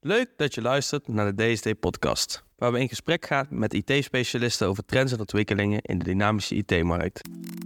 Leuk dat je luistert naar de DSD-podcast, waar we in gesprek gaan met IT-specialisten over trends en ontwikkelingen in de dynamische IT-markt.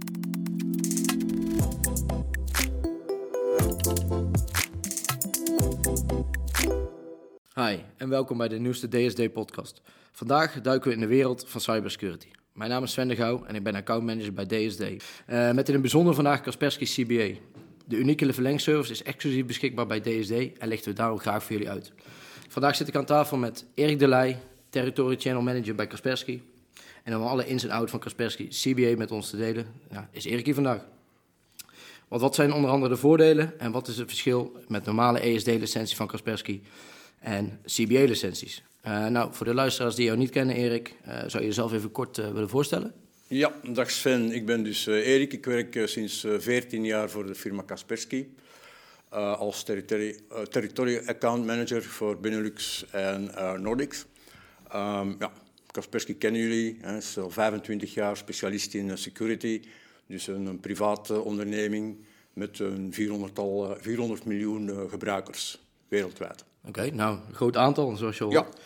Hi en welkom bij de nieuwste DSD-podcast. Vandaag duiken we in de wereld van cybersecurity. Mijn naam is Sven de Gouw en ik ben accountmanager bij DSD. Met in het bijzonder vandaag Kaspersky CBA. De unieke verlengservice is exclusief beschikbaar bij DSD en lichten we daarom graag voor jullie uit. Vandaag zit ik aan tafel met Erik de Leij, Territory Channel Manager bij Kaspersky. En om alle ins en outs van Kaspersky CBA met ons te delen, is Erik hier vandaag. Want wat zijn onder andere de voordelen en wat is het verschil met normale ESD-licentie van Kaspersky en CBA-licenties? Voor de luisteraars die jou niet kennen, Erik, zou je jezelf even kort willen voorstellen? Ja, dag Sven. Ik ben dus Erik. Ik werk sinds 14 jaar voor de firma Kaspersky als territory account manager voor Benelux en Nordics. Kaspersky kennen jullie. Hij is al 25 jaar specialist in security. Dus een private onderneming met een 400 miljoen gebruikers wereldwijd. Oké, een groot aantal, zoals je al hoort.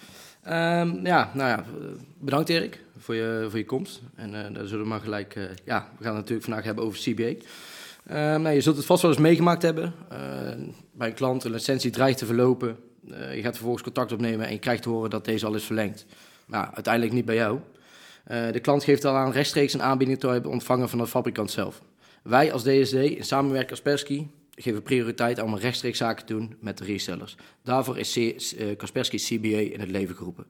Bedankt Erik voor je komst. En daar zullen we maar gelijk... we gaan het natuurlijk vandaag hebben over CBA. Je zult het vast wel eens meegemaakt hebben. Bij een klant, een licentie dreigt te verlopen. Je gaat vervolgens contact opnemen en je krijgt te horen dat deze al is verlengd. Maar uiteindelijk niet bij jou. De klant geeft al aan rechtstreeks een aanbieding te hebben ontvangen van de fabrikant zelf. Wij als DSD, in samenwerking Kaspersky, geven prioriteit om rechtstreeks zaken te doen met de resellers. Daarvoor is Kaspersky CBA in het leven geroepen.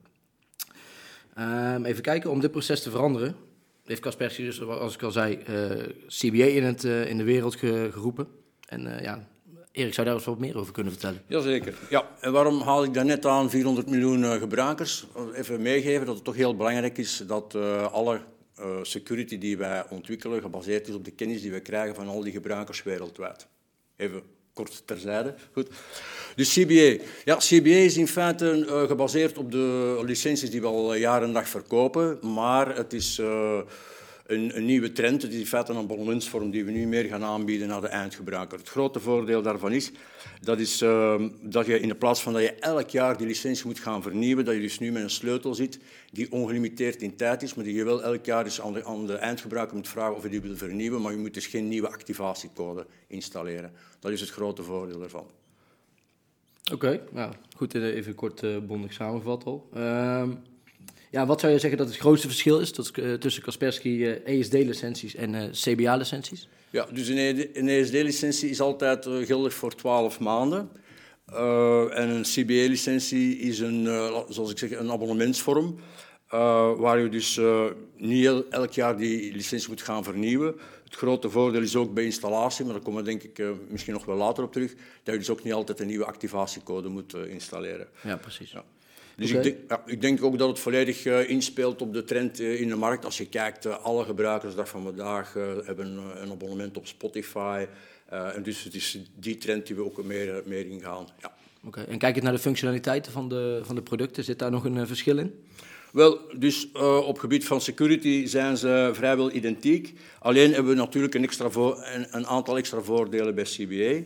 Even kijken, om dit proces te veranderen, heeft Kaspersky dus, zoals ik al zei, CBA in de wereld geroepen. En Erik, zou daar eens wat meer over kunnen vertellen? Jazeker. Ja, en waarom haal ik daar net aan 400 miljoen gebruikers? Even meegeven dat het toch heel belangrijk is dat alle security die wij ontwikkelen gebaseerd is op de kennis die we krijgen van al die gebruikers wereldwijd. Even kort terzijde. Goed. Dus CBA. Ja, CBA is in feite gebaseerd op de licenties die we al jaar en dag verkopen, maar het is een nieuwe trend. Het is in feite een abonnementsvorm die we nu meer gaan aanbieden aan de eindgebruiker. Het grote voordeel daarvan is dat je in de plaats van dat je elk jaar die licentie moet gaan vernieuwen, dat je dus nu met een sleutel zit die ongelimiteerd in tijd is, maar die je wel elk jaar dus aan de eindgebruiker moet vragen of je die wil vernieuwen, maar je moet dus geen nieuwe activatiecode installeren. Dat is het grote voordeel daarvan. Oké, goed, even kort bondig samengevat al. Wat zou je zeggen dat het grootste verschil is tussen Kaspersky ESD-licenties en CBA-licenties? Ja, dus een ESD-licentie is altijd geldig voor 12 maanden. En een CBA-licentie is een abonnementsvorm, waar je dus niet elk jaar die licentie moet gaan vernieuwen. Het grote voordeel is ook bij installatie, maar daar komen we denk ik misschien nog wel later op terug, dat je dus ook niet altijd een nieuwe activatiecode moet installeren. Ja, precies. Ja. Dus ik denk ook dat het volledig inspeelt op de trend in de markt. Als je kijkt, alle gebruikers van vandaag hebben een abonnement op Spotify. En dus het is die trend die we ook meer ingaan. Ja. Oké. En kijk je naar de functionaliteiten van de producten, zit daar nog een verschil in? Wel, dus op gebied van security zijn ze vrijwel identiek. Alleen hebben we natuurlijk een aantal extra voordelen bij CBA.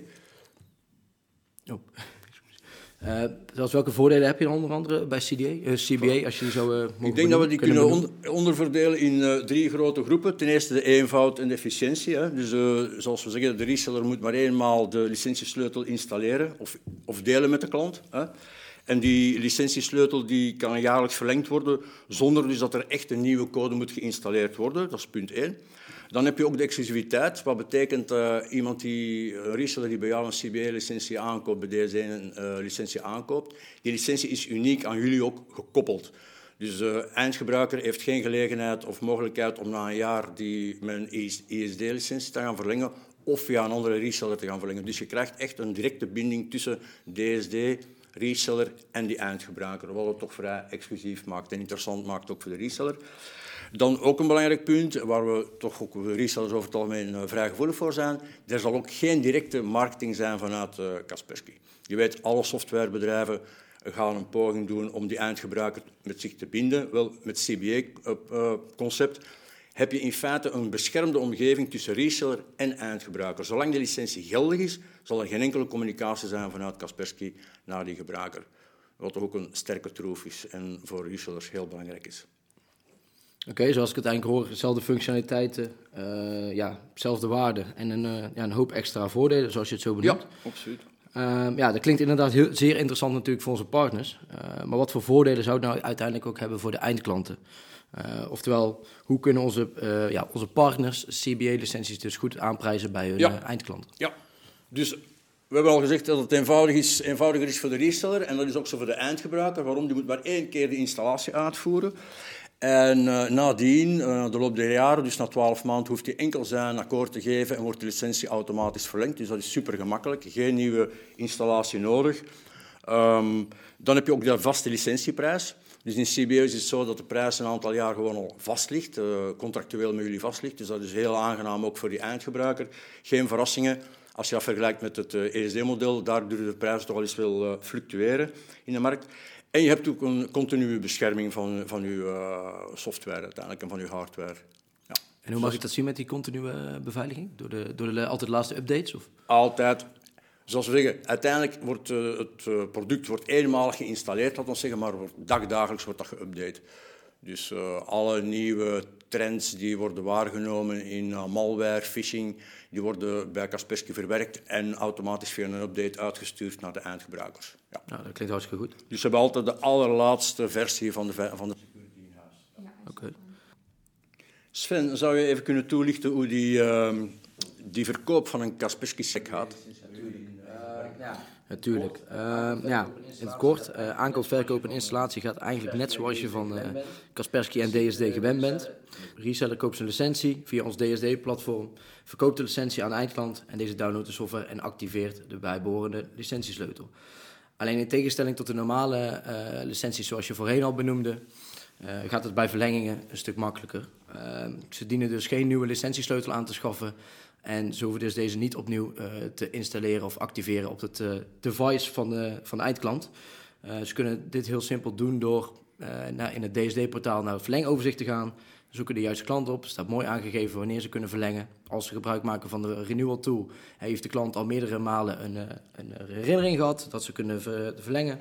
Zoals welke voordelen heb je onder andere bij CBA? Als je zo, ik denk dat we die kunnen onderverdelen in 3 grote groepen. Ten eerste de eenvoud en de efficiëntie. Hè. Dus zoals we zeggen, de reseller moet maar eenmaal de licentiesleutel installeren of delen met de klant. Hè. En die licentiesleutel die kan jaarlijks verlengd worden zonder dus dat er echt een nieuwe code moet geïnstalleerd worden. Dat is punt 1. Dan heb je ook de exclusiviteit. Wat betekent een reseller die bij jou een CBA-licentie aankoopt, bij deze een licentie aankoopt. Die licentie is uniek aan jullie ook gekoppeld. Dus de eindgebruiker heeft geen gelegenheid of mogelijkheid om na een jaar met een ESD-licentie te gaan verlengen of via een andere reseller te gaan verlengen. Dus je krijgt echt een directe binding tussen DSD, reseller en die eindgebruiker, wat het toch vrij exclusief maakt en interessant maakt ook voor de reseller. Dan ook een belangrijk punt, waar we toch ook resellers over het algemeen vrij gevoelig voor zijn. Er zal ook geen directe marketing zijn vanuit Kaspersky. Je weet, alle softwarebedrijven gaan een poging doen om die eindgebruiker met zich te binden. Wel, met het CBA-concept heb je in feite een beschermde omgeving tussen reseller en eindgebruiker. Zolang de licentie geldig is, zal er geen enkele communicatie zijn vanuit Kaspersky naar die gebruiker. wat toch ook een sterke troef is en voor resellers heel belangrijk is. Oké, zoals ik het eigenlijk hoor, dezelfde functionaliteiten, dezelfde waarde en een hoop extra voordelen, zoals je het zo benoemt. Ja, absoluut. Dat klinkt inderdaad zeer interessant natuurlijk voor onze partners. Maar wat voor voordelen zou het nou uiteindelijk ook hebben voor de eindklanten? Oftewel, hoe kunnen onze partners CBA-licenties dus goed aanprijzen bij hun eindklanten? Ja, dus we hebben al gezegd dat het eenvoudiger is voor de reseller en dat is ook zo voor de eindgebruiker. Waarom? Die moet maar 1 keer de installatie uitvoeren. En nadien, de loop der jaren, dus na 12 maanden, hoeft hij enkel zijn akkoord te geven en wordt de licentie automatisch verlengd. Dus dat is super gemakkelijk. Geen nieuwe installatie nodig. Dan heb je ook de vaste licentieprijs. Dus in CBA is het zo dat de prijs een aantal jaar gewoon al vast ligt, contractueel met jullie vast ligt. Dus dat is heel aangenaam ook voor die eindgebruiker. Geen verrassingen. Als je dat vergelijkt met het ESD-model, daar durven de prijzen toch wel eens wel fluctueren in de markt. En je hebt ook een continue bescherming van je software uiteindelijk en van je hardware. Ja. En hoe mag ik dat zien met die continue beveiliging? Door de altijd laatste updates? Of? Altijd. Zoals we zeggen, uiteindelijk wordt het product eenmalig geïnstalleerd, laten we zeggen, maar dagelijks wordt dat geüpdate. Dus alle nieuwe trends die worden waargenomen in malware, phishing, die worden bij Kaspersky verwerkt en automatisch via een update uitgestuurd naar de eindgebruikers. Ja. Nou, dat klinkt hartstikke goed. Dus we hebben altijd de allerlaatste versie van de security in huis. Ja. Oké. Sven, zou je even kunnen toelichten hoe die verkoop van een Kaspersky SEC gaat? Natuurlijk. In het kort, aankoop, verkoop en installatie gaat eigenlijk net zoals je van Kaspersky en DSD gewend bent. Reseller koopt zijn licentie via ons DSD-platform, verkoopt de licentie aan de eindklant en deze downloadt de software en activeert de bijbehorende licentiesleutel. Alleen in tegenstelling tot de normale licenties zoals je voorheen al benoemde, gaat het bij verlengingen een stuk makkelijker. Ze dienen dus geen nieuwe licentiesleutel aan te schaffen. En ze hoeven dus deze niet opnieuw te installeren of activeren op het device van de eindklant. Ze kunnen dit heel simpel doen door in het DSD-portaal naar het verlengoverzicht te gaan. Zoeken de juiste klant op. Er staat mooi aangegeven wanneer ze kunnen verlengen. Als ze gebruik maken van de renewal tool, heeft de klant al meerdere malen een herinnering gehad dat ze kunnen verlengen.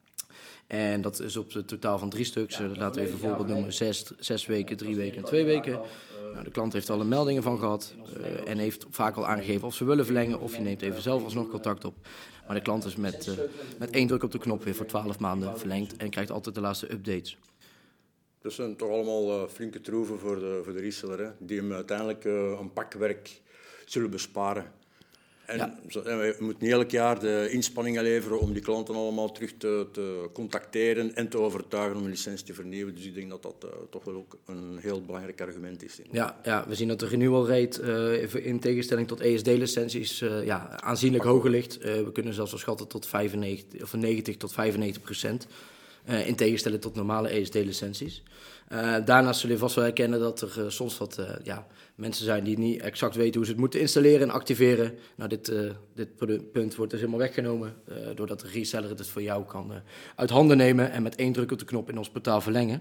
En dat is op het totaal van 3 stuks. Laten we even een voorbeeld noemen. 6 weken, 3 weken en 2 weken. Nou, de klant heeft al een meldingen van gehad en heeft vaak al aangegeven of ze willen verlengen of je neemt even zelf alsnog contact op. Maar de klant is met 1 druk op de knop weer voor 12 maanden verlengd en krijgt altijd de laatste updates. Dat zijn toch allemaal flinke troeven voor de reseller, hè, die hem uiteindelijk een pak werk zullen besparen. En we moeten niet elk jaar de inspanningen leveren om die klanten allemaal terug te contacteren en te overtuigen om een licentie te vernieuwen. Dus ik denk dat dat toch wel ook een heel belangrijk argument is. Ja, we zien dat de renewal rate in tegenstelling tot ESD-licenties aanzienlijk hoger ligt. We kunnen zelfs wel schatten tot 90 tot 95%. In tegenstelling tot normale ESD-licenties. Daarnaast zullen je vast wel herkennen dat er soms wat mensen zijn die niet exact weten hoe ze het moeten installeren en activeren. Nou, dit punt wordt dus helemaal weggenomen, doordat de reseller het voor jou kan uit handen nemen en met 1 druk op de knop in ons portaal verlengen.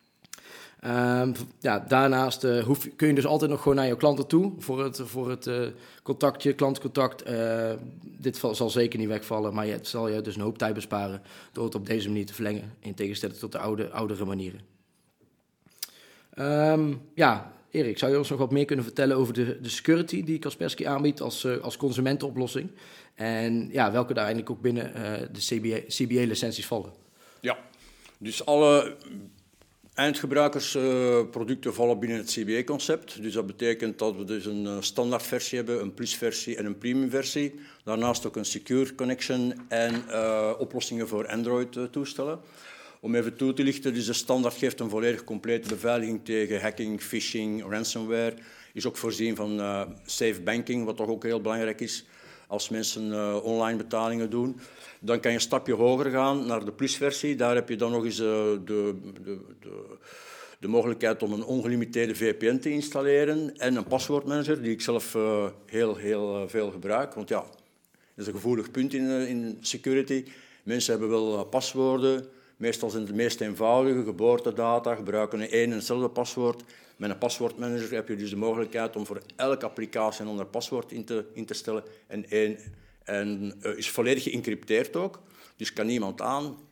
Daarnaast kun je dus altijd nog gewoon naar jouw klanten toe voor het klantcontact. Dit zal zeker niet wegvallen, maar het zal je dus een hoop tijd besparen door het op deze manier te verlengen, in tegenstelling tot de oudere manieren. Erik, zou je ons nog wat meer kunnen vertellen over de security die Kaspersky aanbiedt als consumentenoplossing? En welke daar eigenlijk ook binnen de CBA-licenties vallen? Ja, dus alle eindgebruikersproducten vallen binnen het CBA-concept. Dus dat betekent dat we dus een standaardversie hebben, een plusversie en een premiumversie. Daarnaast ook een secure connection en oplossingen voor Android-toestellen. Om even toe te lichten, dus de standaard geeft een volledig complete beveiliging tegen hacking, phishing, ransomware. Is ook voorzien van safe banking, wat toch ook heel belangrijk is als mensen online betalingen doen. Dan kan je een stapje hoger gaan naar de plusversie. Daar heb je dan nog eens de mogelijkheid om een ongelimiteerde VPN te installeren en een paswoordmanager, die ik zelf heel veel gebruik. Want ja, dat is een gevoelig punt in security. Mensen hebben wel paswoorden. Meestal zijn het de meest eenvoudige geboortedata, gebruiken één en hetzelfde paswoord. Met een paswoordmanager heb je dus de mogelijkheid om voor elke applicatie een ander paswoord in te stellen. En is volledig geëncrypteerd ook. Dus kan niemand aan.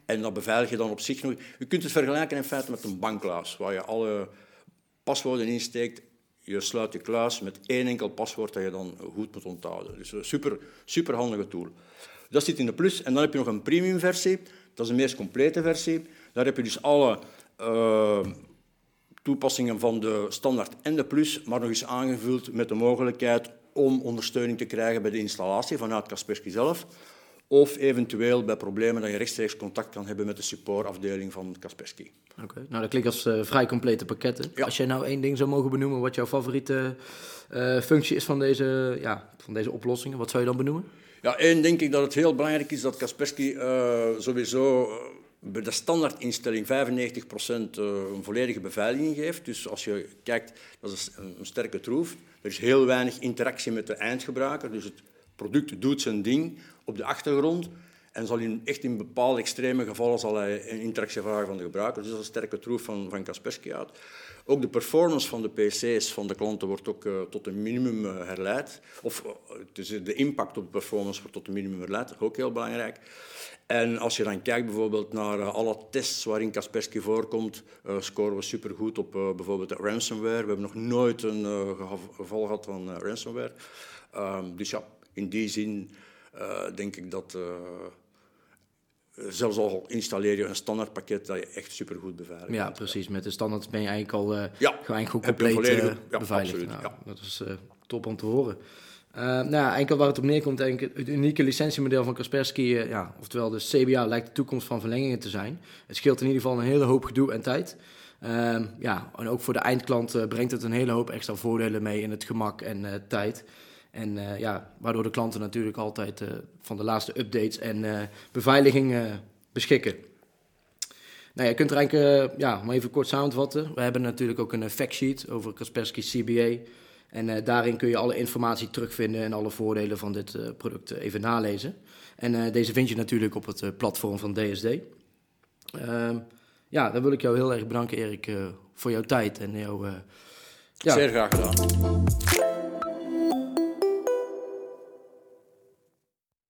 En dat beveilig je dan op zich nog. Je kunt het vergelijken in feite met een bankluis, waar je alle paswoorden insteekt. Je sluit je kluis met 1 enkel paswoord dat je dan goed moet onthouden. Dus een super handige tool. Dat zit in de Plus. En dan heb je nog een premium versie. Dat is de meest complete versie. Daar heb je dus alle toepassingen van de standaard en de Plus, maar nog eens aangevuld met de mogelijkheid om ondersteuning te krijgen bij de installatie vanuit Kaspersky zelf. Of eventueel bij problemen dat je rechtstreeks contact kan hebben met de supportafdeling van Kaspersky. Oké. Nou, dat klinkt als vrij complete pakketten. Ja. Als jij nou 1 ding zou mogen benoemen wat jouw favoriete functie is van deze oplossingen, wat zou je dan benoemen? Ja, één denk ik dat het heel belangrijk is dat Kaspersky sowieso bij de standaardinstelling 95% een volledige beveiliging geeft. Dus als je kijkt, dat is een sterke troef. Er is heel weinig interactie met de eindgebruiker. Dus het product doet zijn ding op de achtergrond en zal in bepaalde extreme gevallen zal hij een interactie vragen van de gebruiker. Dus dat is een sterke troef van Kaspersky uit. Ook de performance van de PC's van de klanten wordt ook tot een minimum herleid. Of dus de impact op de performance wordt tot een minimum herleid, ook heel belangrijk. En als je dan kijkt bijvoorbeeld naar alle tests waarin Kaspersky voorkomt, scoren we supergoed op bijvoorbeeld de ransomware. We hebben nog nooit een geval gehad van ransomware. Dus ja, in die zin denk ik dat zelfs al installeer je een standaardpakket dat je echt supergoed beveiligt. Ja, precies. Met de standaard ben je eigenlijk al gewoon goed heb je compleet beveiligd. Absoluut, nou, ja. Dat is top om te horen. Enkel waar het op neerkomt, denk ik, het unieke licentiemodel van Kaspersky, oftewel de CBA, lijkt de toekomst van verlengingen te zijn. Het scheelt in ieder geval een hele hoop gedoe en tijd. En ook voor de eindklant brengt het een hele hoop extra voordelen mee in het gemak en tijd. En waardoor de klanten natuurlijk altijd van de laatste updates en beveiliging beschikken. Nou, je kunt er eigenlijk, om even kort samenvatten. We hebben natuurlijk ook een factsheet over Kaspersky CBA. En daarin kun je alle informatie terugvinden en alle voordelen van dit product even nalezen. En deze vind je natuurlijk op het platform van DSD. Dan wil ik jou heel erg bedanken, Erik, voor jouw tijd. En Zeer graag gedaan.